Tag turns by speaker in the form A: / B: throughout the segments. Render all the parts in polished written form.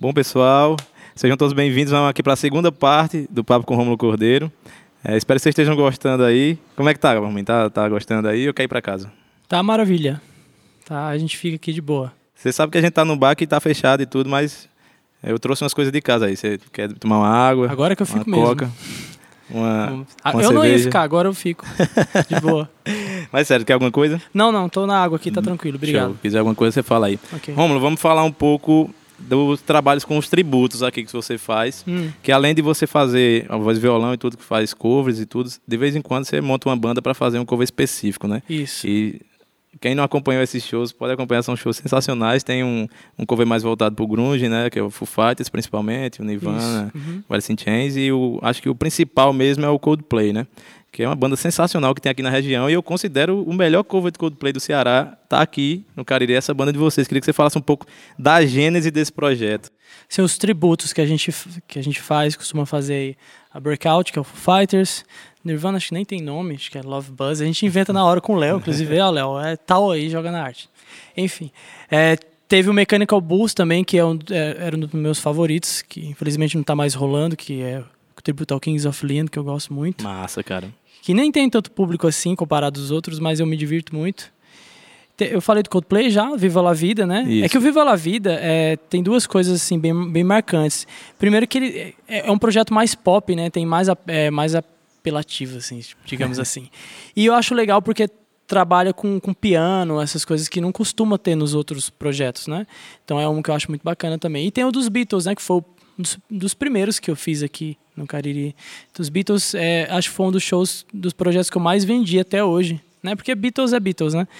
A: Bom, pessoal, sejam todos bem-vindos. Vamos aqui para a segunda parte do Papo com Rômulo Cordeiro. Espero que vocês estejam gostando aí. Como é que tá, Romulo? Tá gostando aí ou quer ir para casa?
B: Tá maravilha. Tá, a gente fica aqui de boa.
A: Você sabe que a gente tá no bar que tá fechado e tudo, mas eu trouxe umas coisas de casa aí. Você quer tomar uma água?
B: Agora que eu fico
A: uma
B: mesmo.
A: Coca, uma
B: eu
A: cerveja.
B: não ia ficar, agora eu fico. De boa.
A: Mas sério, quer alguma coisa?
B: Não, tô na água aqui, tá tranquilo. Obrigado.
A: Show. Se quiser alguma coisa, você fala aí.
B: Okay.
A: Rômulo, vamos falar um pouco dos trabalhos com os tributos aqui que você faz, que além de você fazer a voz e violão e tudo, que faz covers e tudo, de vez em quando você monta uma banda para fazer um cover específico, né?
B: Isso.
A: E quem não acompanhou esses shows, pode acompanhar, são shows sensacionais. Tem um cover mais voltado pro grunge, né? Que é o Foo Fighters, principalmente, o Nirvana, o Alice in Chains, e acho que o principal mesmo é o Coldplay, né? Que é uma banda sensacional que tem aqui na região, e eu considero o melhor cover de Coldplay do Ceará tá aqui no Cariri, essa banda de vocês. Queria que você falasse um pouco da gênese desse projeto.
B: São os tributos que a gente faz, costuma fazer aí. A Breakout, que é o Foo Fighters, Nirvana, acho que nem tem nome, acho que é Love Buzz. A gente inventa na hora com o Léo, inclusive, Léo, é tal aí, joga na arte. Enfim, teve o Mechanical Bulls também, que era um dos meus favoritos, que infelizmente não tá mais rolando, que é o tributo ao Kings of Leon, que eu gosto muito.
A: Massa, cara.
B: Que nem tem tanto público assim, comparado aos outros, mas eu me divirto muito. Eu falei do Coldplay já, Viva La Vida, né?
A: Isso.
B: É que o Viva La Vida tem duas coisas assim bem marcantes. Primeiro que ele é um projeto mais pop, né? Tem mais apelativo, assim, digamos assim. E eu acho legal porque trabalha com piano, essas coisas que não costuma ter nos outros projetos, né? Então é um que eu acho muito bacana também. E tem o dos Beatles, né? Que foi um dos primeiros que eu fiz aqui no Cariri. Os Beatles, acho que foi um dos shows, dos projetos que eu mais vendi até hoje, né? Porque Beatles é Beatles, né?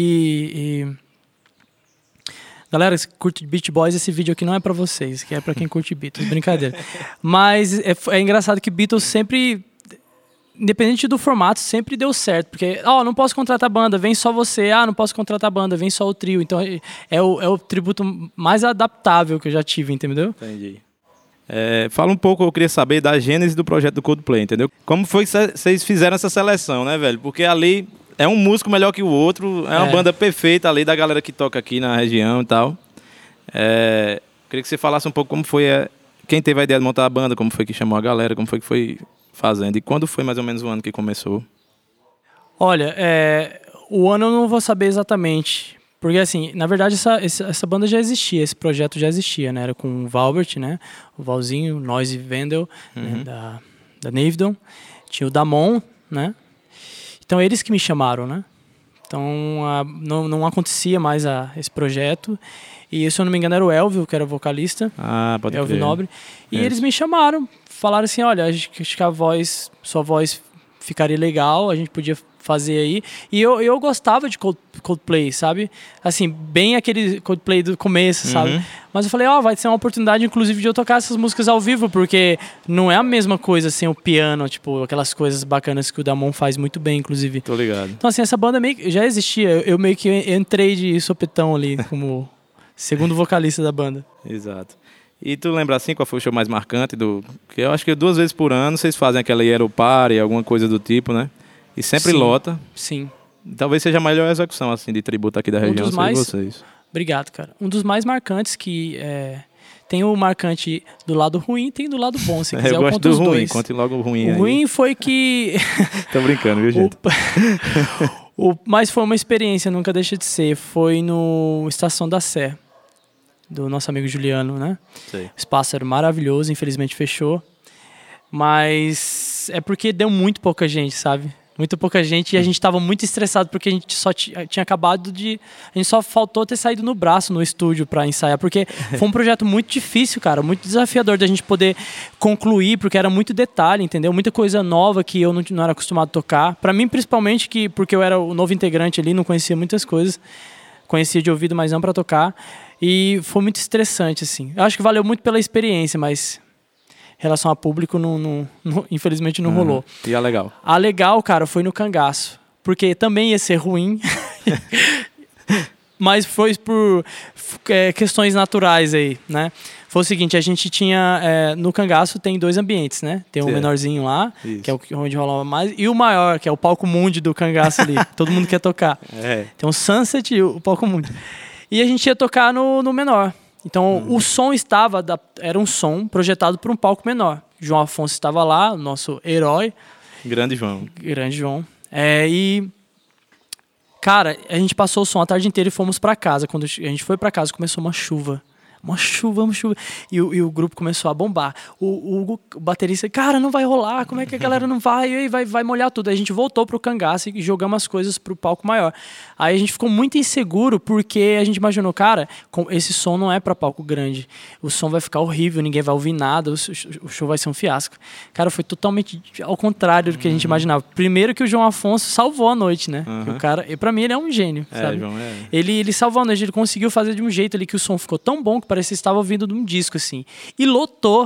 B: Galera, se curte Beach Boys, esse vídeo aqui não é pra vocês, que é pra quem curte Beatles, brincadeira. Mas é engraçado que Beatles sempre, independente do formato, sempre deu certo. Porque, não posso contratar banda, vem só você. Não posso contratar banda, vem só o trio. Então é o tributo mais adaptável que eu já tive, entendeu?
A: Entendi. Fala um pouco, eu queria saber da gênese do projeto do Coldplay, entendeu? Como foi que vocês fizeram essa seleção, né, velho? Porque ali é um músico melhor que o outro, é uma banda perfeita ali da galera que toca aqui na região e tal. Queria que você falasse um pouco como foi, quem teve a ideia de montar a banda, como foi que chamou a galera, como foi que foi fazendo, e quando foi mais ou menos o ano que começou?
B: Olha, o ano eu não vou saber exatamente. Porque, assim, na verdade, essa banda já existia, esse projeto já existia, né? Era com o Valbert, né? O Valzinho, o Noise Vendel, né? da Navidon. Tinha o Damon, né? Então, eles que me chamaram, né? Então, não acontecia mais esse projeto. E, se eu não me engano, era o Elvio, que era o vocalista.
A: Pode
B: Elvio
A: crer.
B: Nobre. E eles me chamaram, falaram assim, olha, acho que sua voz ficaria legal, a gente podia fazer aí. E eu gostava de Coldplay, sabe? Assim, bem aquele Coldplay do começo, sabe? Mas eu falei, vai ser uma oportunidade, inclusive, de eu tocar essas músicas ao vivo, porque não é a mesma coisa sem o piano, tipo, aquelas coisas bacanas que o Damon faz muito bem, inclusive.
A: Tô ligado.
B: Então, assim, essa banda meio que já existia. Eu meio que entrei de sopetão ali, como segundo vocalista da banda.
A: Exato. E tu lembra assim qual foi o show mais marcante que eu acho que 2 vezes por ano vocês fazem aquela Yellow Party, alguma coisa do tipo, né? E sempre lota.
B: Sim.
A: Talvez seja a melhor execução assim de tributo aqui da região, sei vocês.
B: Obrigado, cara. Um dos mais marcantes que tem o marcante do lado ruim e tem do lado bom, se quiser.
A: Eu gosto do ruim, conte logo o ruim aí.
B: O ruim foi que...
A: Tô brincando, viu, gente?
B: Mas foi uma experiência, nunca deixa de ser. Foi no Estação da Sé, do nosso amigo Juliano, né?
A: Sei.
B: O espaço era maravilhoso, infelizmente fechou. Mas é porque deu muito pouca gente, sabe? Muito pouca gente, e a gente tava muito estressado porque a gente só tinha acabado de... A gente só faltou ter saído no braço no estúdio pra ensaiar, porque foi um projeto muito difícil, cara, muito desafiador da gente poder concluir, porque era muito detalhe, entendeu? Muita coisa nova que eu não era acostumado a tocar. Pra mim, principalmente, porque eu era o novo integrante ali, não conhecia muitas coisas. Conhecia de ouvido, mas não pra tocar. E foi muito estressante, assim. Eu acho que valeu muito pela experiência, mas... Em relação a público, infelizmente não rolou.
A: E a legal?
B: A legal, cara, foi no Cangaço. Porque também ia ser ruim. Mas foi por questões naturais aí, né? Foi o seguinte, a gente tinha... no Cangaço tem 2 ambientes, né? Tem o menorzinho lá, que é onde rolava mais. E o maior, que é o palco mundi do Cangaço ali. Todo mundo quer tocar. Tem o Sunset e o palco mundi. E a gente ia tocar no menor. Então, o som era um som projetado para um palco menor. João Afonso estava lá, o nosso herói.
A: Grande João.
B: Grande João. E, cara, a gente passou o som a tarde inteira e fomos para casa. Quando a gente foi para casa, começou uma chuva. Uma chuva. E o grupo começou a bombar. O baterista, cara, não vai rolar, como é que a galera não vai? E aí vai molhar tudo. Aí a gente voltou pro cangaço e jogamos as coisas pro palco maior. Aí a gente ficou muito inseguro porque a gente imaginou, cara, esse som não é pra palco grande. O som vai ficar horrível, ninguém vai ouvir nada, o show vai ser um fiasco. Cara, foi totalmente ao contrário do que a gente imaginava. Primeiro que o João Afonso salvou a noite, né? O cara, e pra mim ele é um gênio, sabe?
A: João
B: Ele salvou a noite, ele conseguiu fazer de um jeito ali que o som ficou tão bom que parecia que estava ouvindo de um disco, assim. E lotou.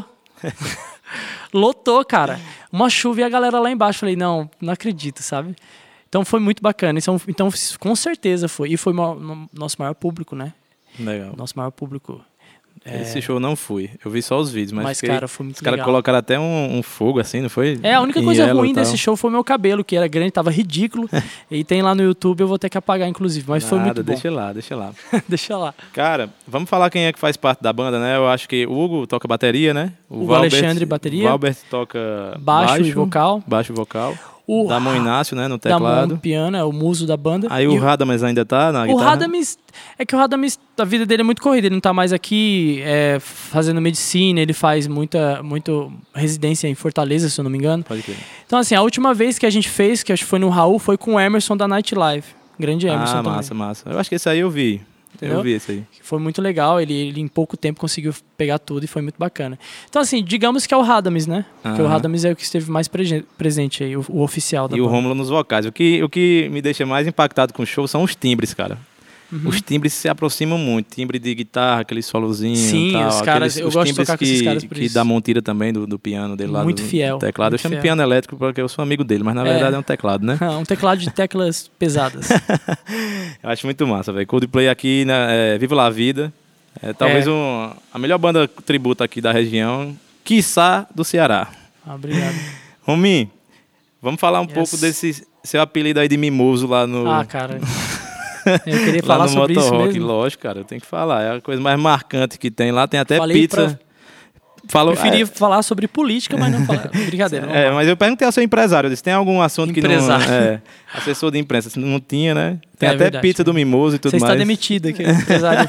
B: Lotou, cara. Uma chuva e a galera lá embaixo. Falei, não acredito, sabe? Então foi muito bacana. Então com certeza foi. E foi nosso maior público, né?
A: Legal.
B: Nosso maior público.
A: Esse show eu não fui. Eu vi só os vídeos, mas
B: cara, foi muito
A: os caras
B: legal.
A: colocaram até um fogo, assim, não foi?
B: A única coisa ruim desse show foi meu cabelo, que era grande, tava ridículo. E tem lá no YouTube, eu vou ter que apagar, inclusive. Mas foi muito bom.
A: Deixa lá.
B: Deixa lá.
A: Cara, vamos falar quem é que faz parte da banda, né? Eu acho que o Hugo toca bateria, né?
B: O Alexandre, bateria.
A: O Valbert toca
B: baixo e vocal.
A: Baixo e vocal. O Damon Inácio, né, no teclado.
B: Damon piano, é o muso da banda.
A: Aí o Radames ainda tá na guitarra?
B: O Radames, a vida dele é muito corrida, ele não tá mais aqui fazendo medicina, ele faz muito residência em Fortaleza, se eu não me engano.
A: Pode crer.
B: Então assim, a última vez que a gente fez, que acho que foi no Raul, foi com o Emerson da Night Live. Grande Emerson também.
A: Massa. Eu acho que esse aí eu vi.
B: Entendeu?
A: Eu vi esse aí.
B: Foi muito legal, ele em pouco tempo conseguiu pegar tudo e foi muito bacana. Então assim, digamos que é o Radames, né? Porque o Radames é o que esteve mais presente aí, o oficial da banda.
A: E o Rômulo nos vocais. O que me deixa mais impactado com o show são os timbres, cara. Os timbres se aproximam muito. Timbre de guitarra, aquele solozinho.
B: Sim,
A: tal,
B: os caras, eu gosto de tocar com esses caras por isso.
A: Que dá Montira também do piano dele lá.
B: Muito fiel.
A: Teclado.
B: Muito
A: eu chamo
B: fiel.
A: piano elétrico porque eu sou amigo dele, mas na verdade é um teclado, né?
B: Um teclado de teclas pesadas.
A: Eu acho muito massa, velho. Coldplay aqui, né, Viva La Vida. Talvez a melhor banda tributo aqui da região, quiçá do Ceará.
B: Obrigado.
A: Rominho, vamos falar um pouco desse seu apelido aí de mimoso lá no...
B: cara... Eu queria falar sobre isso mesmo.
A: Lógico, cara, eu tenho que falar. É a coisa mais marcante que tem lá. Tem até pizza.
B: Preferi falar sobre política, mas não falar. Brincadeira.
A: Mas eu perguntei ao seu empresário. Eu disse, tem algum assunto que não...
B: Empresário.
A: Assessor de imprensa. Não tinha, né? Tem até
B: verdade,
A: pizza do mimoso e tudo mais.
B: Você está demitido aqui, empresário.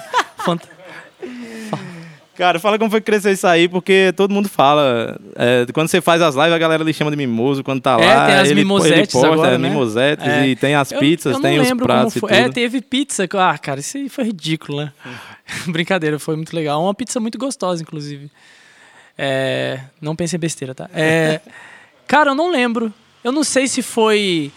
A: Cara, fala como foi que cresceu isso aí, porque todo mundo fala. Quando você faz as lives, a galera lhe chama de mimoso. Quando tá lá,
B: tem as mimosetes
A: ele posta,
B: agora, né?
A: Mimosetes, e tem as pizzas, tem os pratos e tudo.
B: Teve pizza. Cara, isso aí foi ridículo, né? Brincadeira, foi muito legal. Uma pizza muito gostosa, inclusive. Não pense em besteira, tá? Cara, eu não lembro. Eu não sei se foi...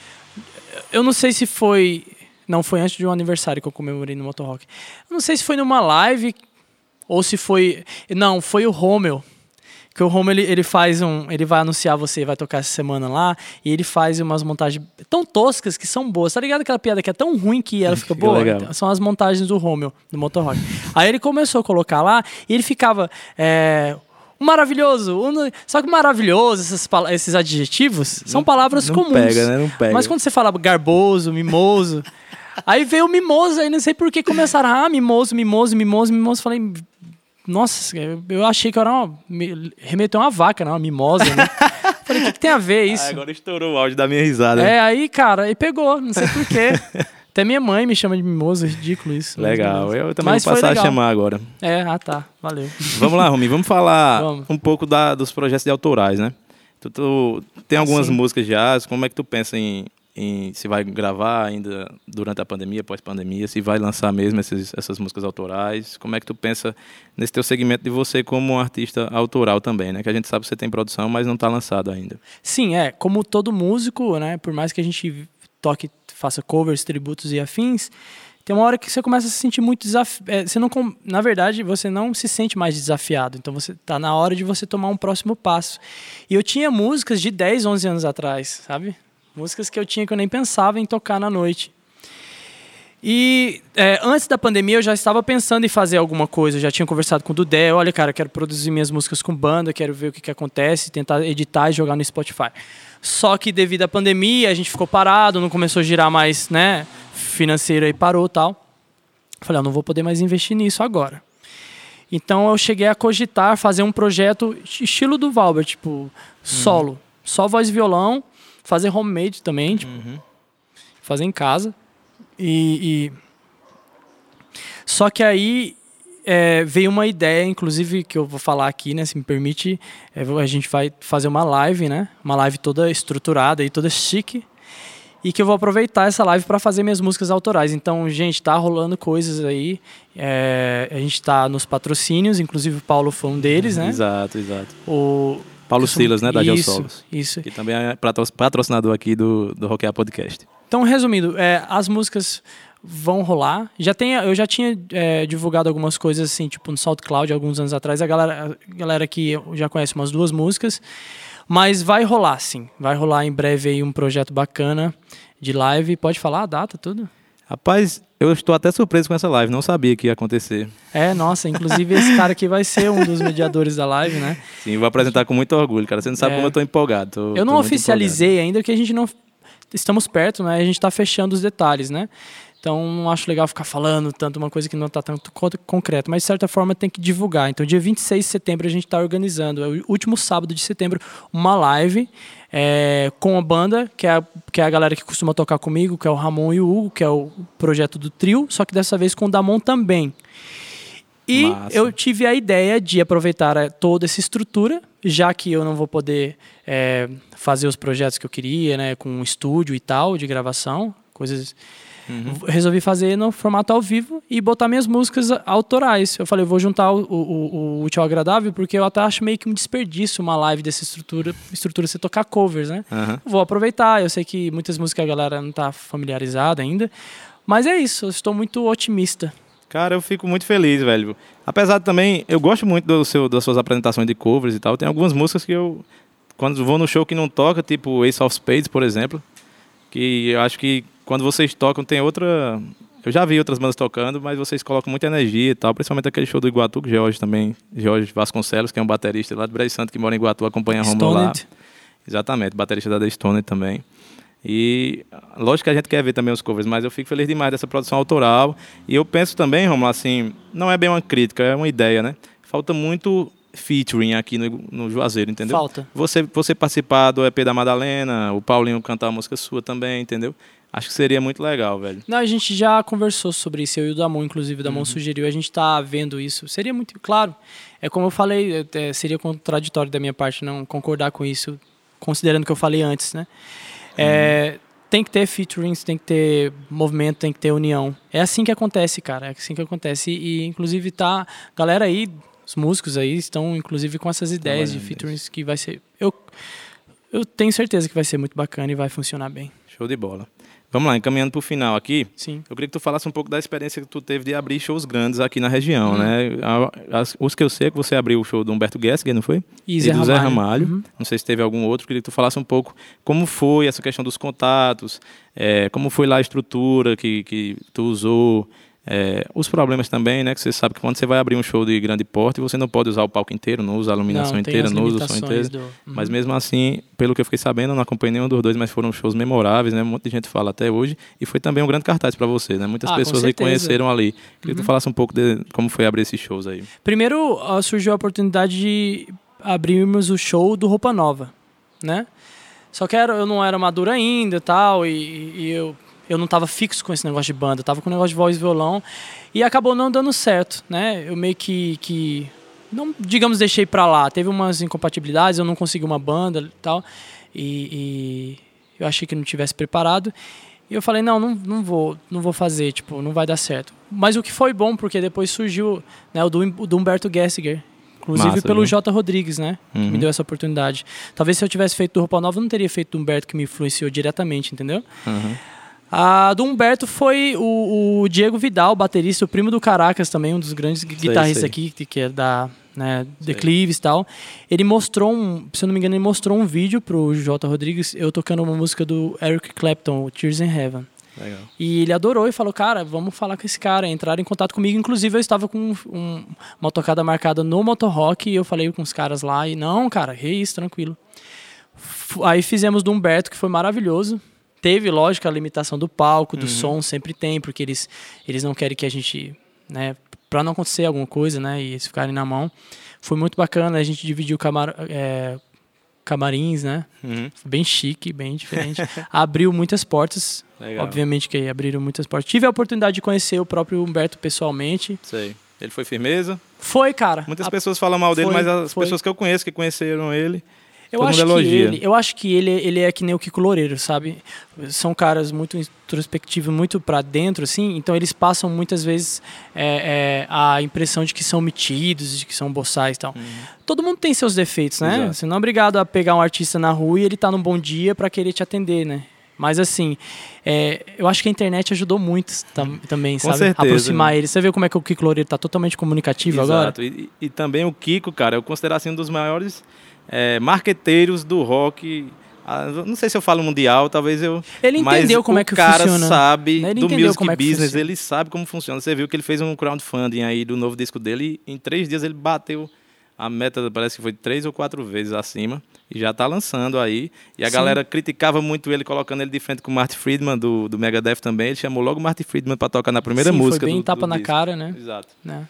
B: Não, foi antes de um aniversário que eu comemorei no Motorrock. Eu não sei se foi numa live... Ou se foi... Não, foi o Rommel. Que o Rommel, ele faz ele vai anunciar você, vai tocar essa semana lá, e ele faz umas montagens tão toscas que são boas. Tá ligado aquela piada que é tão ruim que ela fica boa? Então, são as montagens do Rommel, do Motorrock. Aí ele começou a colocar lá, e ele ficava... maravilhoso. Só que maravilhoso, esses adjetivos, são palavras comuns.
A: Pega, né? Não pega.
B: Mas quando você fala garboso, mimoso... Aí veio o mimoso, aí não sei por que começaram, mimoso. Falei, nossa, eu achei que era remeteu uma vaca, né? Uma mimosa, né? Falei, o que tem a ver isso?
A: Agora estourou o áudio da minha risada.
B: Aí, cara, aí pegou, não sei por quê. Até minha mãe me chama de mimoso, ridículo isso.
A: Legal, eu também vou passar a chamar agora.
B: Tá, valeu.
A: Vamos lá, Romy, vamos falar um pouco dos projetos de autorais, né? Tu tem algumas músicas já, como é que tu pensa em se vai gravar ainda durante a pandemia, pós-pandemia, se vai lançar mesmo essas músicas autorais? Como é que tu pensa nesse teu segmento de você como um artista autoral também, né? Que a gente sabe que você tem produção, mas não está lançado ainda.
B: Sim, como todo músico, né? Por mais que a gente faça covers, tributos e afins, tem uma hora que você começa a se sentir muito desafiado. Na verdade, você não se sente mais desafiado. Então, você tá na hora de você tomar um próximo passo. E eu tinha músicas de 10, 11 anos atrás, sabe? Músicas que eu tinha que eu nem pensava em tocar na noite. E antes da pandemia eu já estava pensando em fazer alguma coisa. Eu já tinha conversado com o Dudé. Olha, cara, quero produzir minhas músicas com banda, quero ver o que acontece, tentar editar e jogar no Spotify. Só que devido à pandemia a gente ficou parado, não começou a girar mais, né, financeiro, aí parou e tal. Falei, não vou poder mais investir nisso agora. Então eu cheguei a cogitar fazer um projeto estilo do Valber, tipo, solo. Só voz e violão, fazer homemade também, tipo, fazer em casa. Só que aí veio uma ideia, inclusive, que eu vou falar aqui, né, se me permite, a gente vai fazer uma live, né? Uma live toda estruturada e toda chique. E que eu vou aproveitar essa live para fazer minhas músicas autorais. Então, gente, tá rolando coisas aí. A gente tá nos patrocínios, inclusive o Paulo foi um deles, né?
A: Exato.
B: O
A: Paulo Silas, né, da Geossolos.
B: Isso.
A: Que também é patrocinador aqui do Rockear Podcast.
B: Então, resumindo, as músicas vão rolar. Eu já tinha divulgado algumas coisas assim, tipo no SoundCloud, alguns anos atrás. A galera que já conhece umas 2 músicas. Mas vai rolar, sim. Vai rolar em breve aí um projeto bacana de live. Pode falar a data, tudo?
A: Rapaz, eu estou até surpreso com essa live. Não sabia que ia acontecer.
B: Nossa, inclusive esse cara aqui vai ser um dos mediadores da live, né?
A: Sim, vou apresentar com muito orgulho, cara. Você não sabe como eu estou empolgado.
B: Eu não oficializei ainda, porque a gente não... Estamos perto, né? A gente está fechando os detalhes, né? Então, não acho legal ficar falando tanto uma coisa que não está tanto concreta, mas de certa forma tem que divulgar. Então, dia 26 de setembro a gente está organizando, é o último sábado de setembro, uma live com a banda, que é a galera que costuma tocar comigo, que é o Ramon e o Hugo, que é o projeto do trio, só que dessa vez com o Damon também. E
A: Massa.
B: Eu tive a ideia de aproveitar toda essa estrutura, já que eu não vou poder fazer os projetos que eu queria, né, com um estúdio e tal, de gravação, coisas... Resolvi fazer no formato ao vivo e botar minhas músicas autorais. Eu falei, vou juntar o útil ao agradável, porque eu até acho meio que um desperdício uma live dessa estrutura você tocar covers, né? Vou aproveitar, eu sei que muitas músicas a galera não tá familiarizada ainda, mas é isso, eu estou muito otimista.
A: Cara, eu fico muito feliz, velho. Apesar de também, eu gosto muito das suas apresentações de covers e tal. Tem algumas músicas que eu, quando vou no show que não toca, tipo Ace of Spades, por exemplo, que eu acho que quando vocês tocam tem outra... Eu já vi outras bandas tocando, mas vocês colocam muita energia e tal, principalmente aquele show do Iguatu, que Jorge Vasconcelos, que é um baterista lá do Brejo Santo, que mora em Iguatu, acompanha a Romulo lá. Exatamente, baterista da The Stoned também. E lógico que a gente quer ver também os covers, mas eu fico feliz demais dessa produção autoral. E eu penso também, Romulo, assim, não é bem uma crítica, é uma ideia, né? Falta muito featuring aqui no Juazeiro, entendeu?
B: Falta.
A: Você participar do EP da Madalena, o Paulinho cantar uma música sua também, entendeu? Acho que seria muito legal, velho.
B: Não, a gente já conversou sobre isso, eu e o Damon, inclusive, o Damon sugeriu, a gente tá vendo isso. Seria muito, claro, como eu falei, seria contraditório da minha parte não concordar com isso, considerando o que eu falei antes, né? Tem que ter featurings, tem que ter movimento, tem que ter união. É assim que acontece, cara, é assim que acontece. E inclusive tá, galera aí, os músicos aí estão inclusive com essas ideias de featurings que vai ser... Eu tenho certeza que vai ser muito bacana e vai funcionar bem.
A: Show de bola. Vamos lá, encaminhando para o final aqui.
B: Sim.
A: Eu queria que tu falasse um pouco da experiência que tu teve de abrir shows grandes aqui na região, né? Os que eu sei é que você abriu o show do Humberto Gessinger, não foi?
B: E
A: do Zé Ramalho. Não sei se teve algum outro. Eu queria que tu falasse um pouco como foi essa questão dos contatos, como foi lá a estrutura que tu usou, os problemas também, né? Que você sabe que quando você vai abrir um show de grande porte, você não pode usar o palco inteiro, não usa a iluminação inteira, não usa o som inteiro. Mas mesmo assim, pelo que eu fiquei sabendo, eu não acompanhei nenhum dos dois, mas foram shows memoráveis, né? Um monte de gente fala até hoje. E foi também um grande cartaz para você, né? Muitas pessoas aí conheceram ali. Queria que tu falasse um pouco de como foi abrir esses shows aí. Primeiro,
B: surgiu a oportunidade de abrirmos o show do Roupa Nova, né? Só que eu não era maduro ainda e tal, e eu não estava fixo com esse negócio de banda, eu estava com um negócio de voz e violão e acabou não dando certo, né? Eu meio que não, digamos, deixei pra lá. Teve umas incompatibilidades, eu não consegui uma banda e tal, e eu achei que não tivesse preparado. E eu falei, não vou fazer, tipo, não vai dar certo. Mas o que foi bom, porque depois surgiu, né, o do Humberto Gessinger, inclusive massa, pelo J. Rodrigues, né? Que me deu essa oportunidade. Talvez se eu tivesse feito do Roupa Nova, eu não teria feito do Humberto, que me influenciou diretamente, entendeu? A do Humberto foi o Diego Vidal, baterista, o primo do Caracas também, um dos grandes guitarristas aqui, que é da Declives e tal. Ele mostrou se eu não me engano, ele mostrou um vídeo pro J. Rodrigues, eu tocando uma música do Eric Clapton, o Tears in Heaven.
A: Legal.
B: E ele adorou e falou, cara, vamos falar com esse cara, entraram em contato comigo. Inclusive eu estava com uma tocada marcada no Motorrock e eu falei com os caras lá e não, cara, isso, tranquilo. Aí fizemos do Humberto, que foi maravilhoso. Teve, lógico, a limitação do palco, do som, sempre tem, porque eles não querem que a gente, né, para não acontecer alguma coisa, né? E eles ficarem na mão. Foi muito bacana, a gente dividiu camarins, né? Bem chique, bem diferente. Abriu muitas portas. Legal. Obviamente que abriram muitas portas. Tive a oportunidade de conhecer o próprio Humberto pessoalmente.
A: Sei. Ele foi firmeza?
B: Foi, cara.
A: Muitas pessoas falam mal dele, mas as pessoas que eu conheço que conheceram ele,
B: eu acho que ele é que nem o Kiko Loureiro, sabe? São caras muito introspectivos, muito pra dentro, assim. Então eles passam muitas vezes a impressão de que são metidos, de que são boçais e tal. Todo mundo tem seus defeitos, né? Exato. Você não é obrigado a pegar um artista na rua e ele tá num bom dia pra querer te atender, né? Mas assim, eu acho que a internet ajudou muito também,
A: com
B: sabe?
A: Certeza,
B: aproximar ele. Você vê como é que o Kiko Loureiro tá totalmente comunicativo. Exato.
A: Agora? E também o Kiko, cara, eu considero assim um dos maiores marqueteiros do rock. Não sei se eu falo mundial, talvez eu...
B: Ele entendeu como é que funciona.
A: O cara sabe do music business,
B: funciona.
A: Ele sabe como funciona. Você viu que ele fez um crowdfunding aí do novo disco dele e em 3 dias ele bateu a meta, parece que foi 3 ou 4 vezes acima. E já tá lançando aí. E a galera criticava muito ele, colocando ele de frente com o Marty Friedman, do Megadeth também. Ele chamou logo o Marty Friedman pra tocar na primeira música.
B: Foi bem tapa
A: do
B: na
A: disco.
B: cara, né?
A: Exato.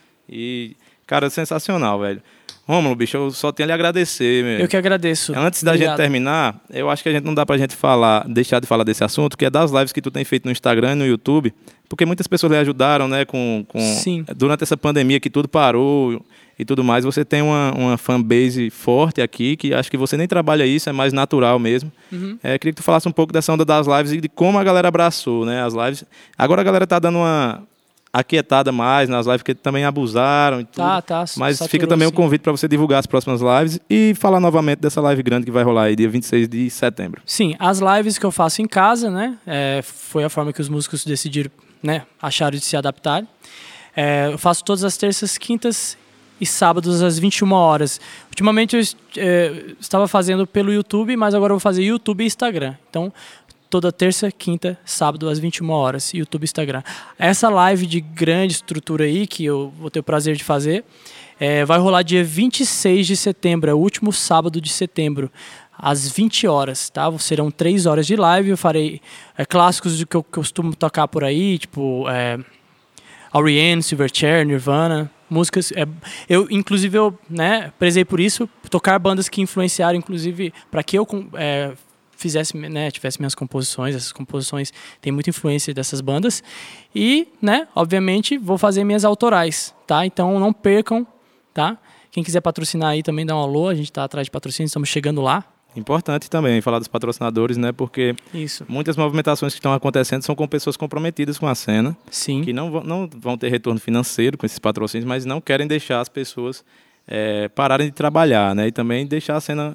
A: E, cara, sensacional, velho. Rômulo, bicho, eu só tenho a lhe agradecer, meu.
B: Eu que agradeço.
A: Antes da gente terminar, eu acho que a gente não dá pra gente deixar de falar desse assunto, que é das lives que tu tem feito no Instagram e no YouTube, porque muitas pessoas lhe ajudaram, né,
B: Sim.
A: Durante essa pandemia que tudo parou e tudo mais. Você tem uma fanbase forte aqui, que acho que você nem trabalha isso, é mais natural mesmo. Queria que tu falasse um pouco dessa onda das lives e de como a galera abraçou, né, as lives. Agora a galera tá dando uma aquietada mais nas lives, porque também abusaram e tudo. Mas saturou, fica também o convite para você divulgar as próximas lives e falar novamente dessa live grande que vai rolar aí, dia 26 de setembro.
B: Sim, as lives que eu faço em casa, né, foi a forma que os músicos decidiram, né, acharam de se adaptar. Eu faço todas as terças, quintas e sábados às 21 horas. Ultimamente eu estava fazendo pelo YouTube, mas agora eu vou fazer YouTube e Instagram. Então, toda terça, quinta, sábado, às 21 horas, YouTube e Instagram. Essa live de grande estrutura aí, que eu vou ter o prazer de fazer, vai rolar dia 26 de setembro, é o último sábado de setembro, às 20 horas, tá? Serão 3 horas de live, eu farei clássicos do que eu costumo tocar por aí, tipo R.E.M., Silverchair, Nirvana, músicas... Inclusive, eu prezei por isso, tocar bandas que influenciaram, inclusive, para que eu... tivesse minhas composições, essas composições têm muita influência dessas bandas e, obviamente, vou fazer minhas autorais, tá? Então não percam, tá? Quem quiser patrocinar aí também dá um alô, a gente está atrás de patrocínio, estamos chegando lá.
A: Importante também falar dos patrocinadores, né? Porque muitas movimentações que estão acontecendo são com pessoas comprometidas com a cena,
B: Sim.
A: Que não vão ter retorno financeiro com esses patrocínios, mas não querem deixar as pessoas pararem de trabalhar, né? E também deixar a cena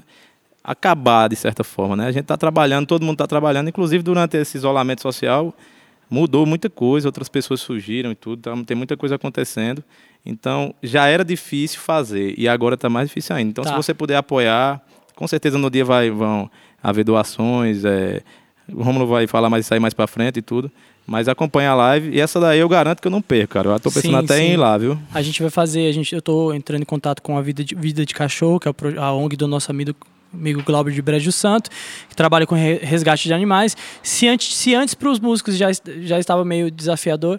A: acabar de certa forma, né? A gente está trabalhando, todo mundo está trabalhando, inclusive durante esse isolamento social mudou muita coisa, outras pessoas surgiram e tudo, então, tem muita coisa acontecendo. Então já era difícil fazer e agora está mais difícil ainda. Então se você puder apoiar, com certeza no dia vão haver doações, o Rômulo vai falar mais isso aí mais para frente e tudo. Mas acompanha a live e essa daí eu garanto que eu não perco, cara. Eu tô pensando até em ir lá, viu?
B: A gente vai fazer, eu tô entrando em contato com a Vida de Cachorro, que é a ONG do nosso amigo Glauber de Brejo Santo, que trabalha com resgate de animais. Se antes para os músicos já estava meio desafiador,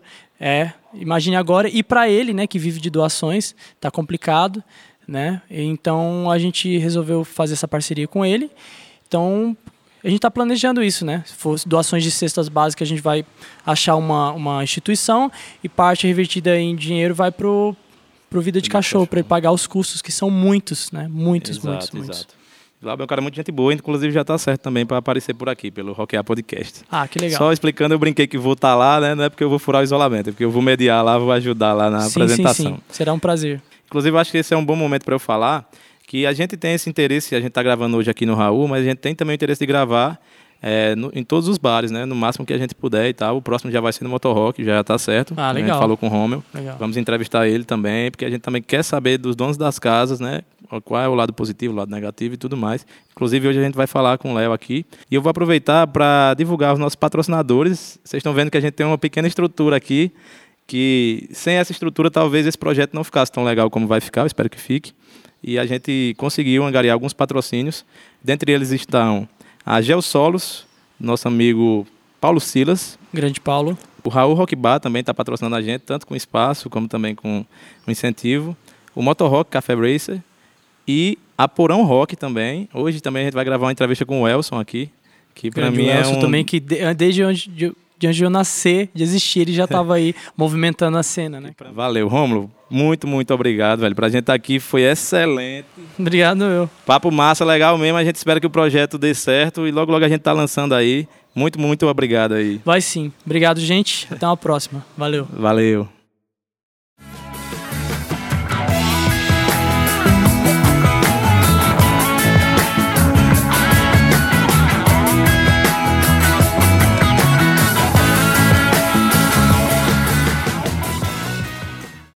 B: imagine agora. E para ele, né, que vive de doações, tá complicado, né? Então a gente resolveu fazer essa parceria com ele. Então a gente está planejando isso, né? Se for doações de cestas básicas, a gente vai achar uma instituição e parte revertida em dinheiro vai pro Vida de Cachorro, para ele pagar os custos, que são muitos, né? Muitos.
A: Glauber é um cara muito gente boa, inclusive já está certo também para aparecer por aqui, pelo Rockear Podcast.
B: Ah, que legal.
A: Só explicando, eu brinquei que vou estar lá, né? Não é porque eu vou furar o isolamento, é porque eu vou mediar lá, vou ajudar lá na apresentação.
B: Sim. Será um prazer.
A: Inclusive, eu acho que esse é um bom momento para eu falar que a gente tem esse interesse, a gente está gravando hoje aqui no Raul, mas a gente tem também o interesse de gravar em todos os bares, né? No máximo que a gente puder e tal. O próximo já vai ser no Motorrock, já está certo.
B: Ah, legal.
A: A gente falou com o Rommel.
B: Legal.
A: Vamos entrevistar ele também, porque a gente também quer saber dos donos das casas, né? Qual é o lado positivo, o lado negativo e tudo mais. Inclusive, hoje a gente vai falar com o Léo aqui. E eu vou aproveitar para divulgar os nossos patrocinadores. Vocês estão vendo que a gente tem uma pequena estrutura aqui, que sem essa estrutura talvez esse projeto não ficasse tão legal como vai ficar, eu espero que fique. E a gente conseguiu angariar alguns patrocínios. Dentre eles estão a Geosolos, nosso amigo Paulo Silas.
B: Grande Paulo.
A: O Raul Rock Bar também está patrocinando a gente, tanto com espaço como também com incentivo. O Motor Rock Café Bracer e a Porão Rock também. Hoje também a gente vai gravar uma entrevista com o Elson aqui, que para mim é um...
B: também, que desde onde eu nascer, de existir, ele já estava aí movimentando a cena, né?
A: Valeu, Rômulo. Muito, muito obrigado, velho. Pra gente estar aqui foi excelente.
B: Obrigado, eu.
A: Papo massa, legal mesmo. A gente espera que o projeto dê certo e logo, logo a gente tá lançando aí. Muito, muito obrigado aí.
B: Vai sim. Obrigado, gente. Até uma próxima. Valeu.
A: Valeu.